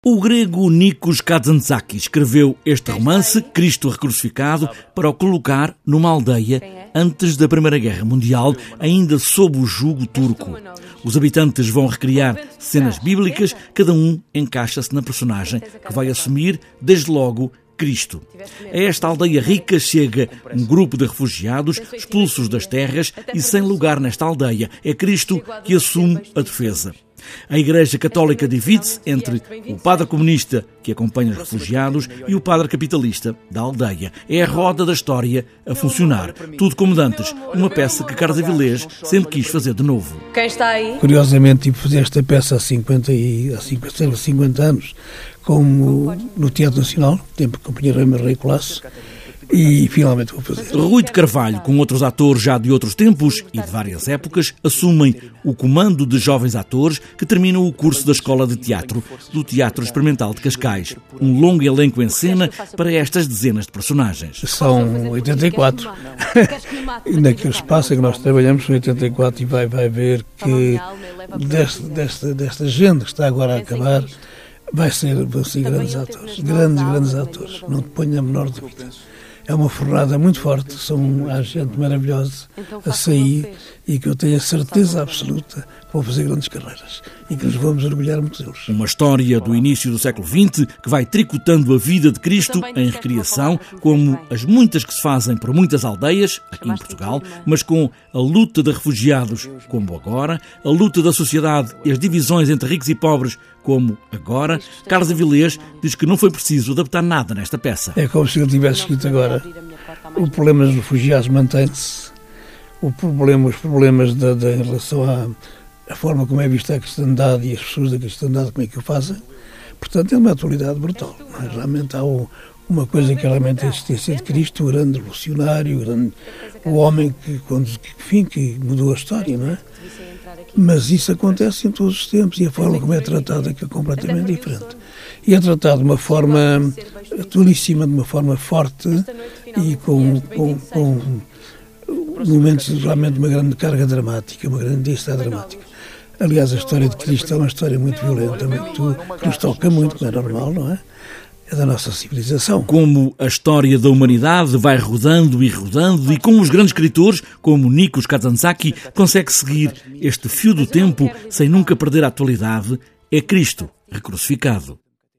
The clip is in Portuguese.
O grego Nikos Kazantzakis escreveu este romance, Cristo Recrucificado, para o colocar numa aldeia antes da Primeira Guerra Mundial, ainda sob o jugo turco. Os habitantes vão recriar cenas bíblicas, cada um encaixa-se na personagem que vai assumir, desde logo, Cristo. A esta aldeia rica chega um grupo de refugiados expulsos das terras e sem lugar nesta aldeia. É Cristo que assume a defesa. A Igreja Católica divide-se entre o padre comunista que acompanha os refugiados e o padre capitalista da aldeia. É a roda da história a funcionar. Tudo como dantes, uma peça que Carlos Avilés sempre quis fazer de novo. Quem está aí? Curiosamente, tive que fazer esta peça há 50 anos, como no Teatro Nacional, tempo que companheiro Rei Colasso, e finalmente vou fazer. Rui de Carvalho, com outros atores já de outros tempos e de várias épocas, assumem o comando de jovens atores que terminam o curso da Escola de Teatro do Teatro Experimental de Cascais. Um longo elenco em cena para estas dezenas de personagens. São 84. E naquele espaço em que nós trabalhamos são 84 e vai ver que desta gente que está agora a acabar vão ser grandes atores. Grandes atores. Não te ponho a menor dúvida. É uma fornada muito forte, há gente maravilhosa a sair e que eu tenho a certeza absoluta que vão fazer grandes carreiras e que nos vamos orgulhar muito deles. Uma história do início do século XX que vai tricotando a vida de Cristo em recriação, como as muitas que se fazem por muitas aldeias, aqui em Portugal, mas com a luta de refugiados, como agora, a luta da sociedade e as divisões entre ricos e pobres, como agora. Carlos Avilés diz que não foi preciso adaptar nada nesta peça. É como se ele tivesse escrito agora. O problema dos refugiados mantém-se. Os problemas em relação à forma como é vista a cristandade e as pessoas da cristandade, como é que o fazem. Portanto, é uma atualidade brutal. Mas realmente há uma coisa que realmente é a existência de Cristo, o grande revolucionário, o homem que mudou a história, não é? Mas isso acontece em todos os tempos e a forma como é tratada é completamente diferente. E é tratado de uma forma atualíssima, de uma forma forte e com momentos realmente de uma grande carga dramática, uma grande intensidade dramática. Aliás, a história de Cristo é uma história muito violenta, que nos toca muito, como é normal, não é? É da nossa civilização. Como a história da humanidade vai rodando e com os grandes escritores, como Nikos Kazantzakis, consegue seguir este fio do tempo sem nunca perder a atualidade, é Cristo Recrucificado.